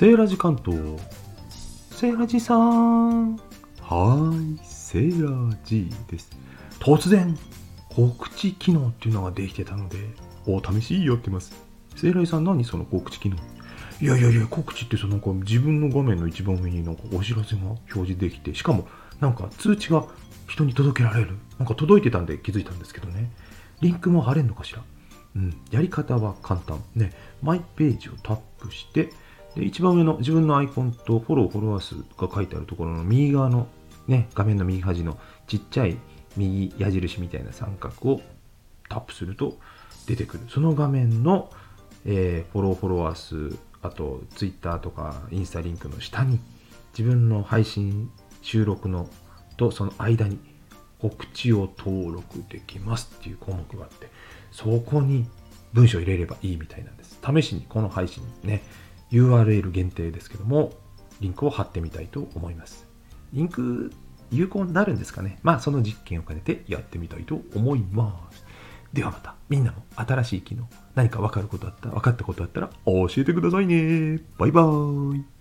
セーラジ関東。セーラジさん。セーラジです。突然、告知機能っていうのができてたので、お試しやってます。セーラジさん、何その告知機能？いや、告知ってなんか自分の画面の一番上になんかお知らせが表示できて、しかもなんか通知が人に届けられる。なんか届いてたんで気づいたんですけどね。リンクも貼れんのかしら。やり方は簡単。ね、マイページをタップして、で一番上の自分のアイコンとフォロワー数が書いてあるところの右側の、ね、画面の右端のちっちゃい右矢印みたいな三角をタップすると出てくる。その画面の、フォロワー数、あとツイッターとかインスタリンクの下に自分の配信収録のとその間に告知を登録できますっていう項目があって、そこに文章を入れればいいみたいなんです。試しにこの配信ね、URL 限定ですけども、リンクを貼ってみたいと思います。リンク有効になるんですかね。その実験を兼ねてやってみたいと思います。ではまた、みんなも新しい機能、何か分かったことあったら教えてくださいね。バイバーイ。